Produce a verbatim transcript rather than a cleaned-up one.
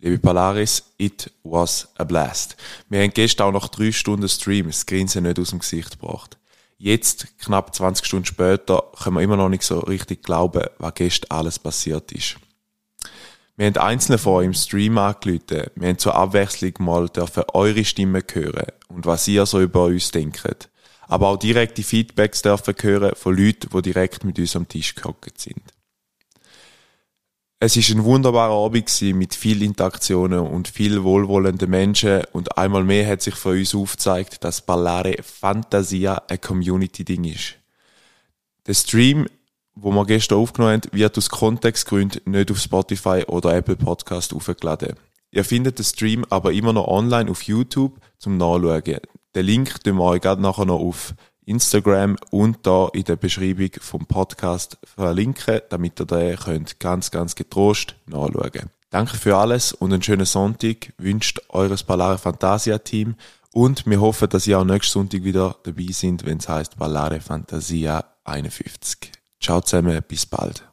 Liebe Polaris, it was a blast. Wir haben gestern auch nach drei Stunden Stream das Grinsen nicht aus dem Gesicht gebracht. Jetzt, knapp zwanzig Stunden später, können wir immer noch nicht so richtig glauben, was gestern alles passiert ist. Wir haben einzelne von euch im Stream angerufen. Wir haben zur Abwechslung mal dürfen eure Stimmen hören und was ihr so über uns denkt. Aber auch direkte Feedbacks dürfen hören von Leuten, die direkt mit uns am Tisch gehockt sind. Es war ein wunderbarer Abend mit vielen Interaktionen und vielen wohlwollenden Menschen und einmal mehr hat sich von uns aufgezeigt, dass Ballare Fantasia ein Community-Ding ist. Der Stream, wo wir gestern aufgenommen haben, wird aus Kontextgründen nicht auf Spotify oder Apple Podcast aufgeladen. Ihr findet den Stream aber immer noch online auf YouTube zum Nachschauen. Den Link tun wir euch gerade nachher noch auf Instagram und da in der Beschreibung vom Podcast verlinken, damit ihr den könnt ganz, ganz getrost nachschauen. Danke für alles und einen schönen Sonntag wünscht eures Ballare Fantasia Team und wir hoffen, dass ihr auch nächsten Sonntag wieder dabei seid, wenn es heisst Ballare Fantasia einundfünfzig. Ciao zusammen, bis bald.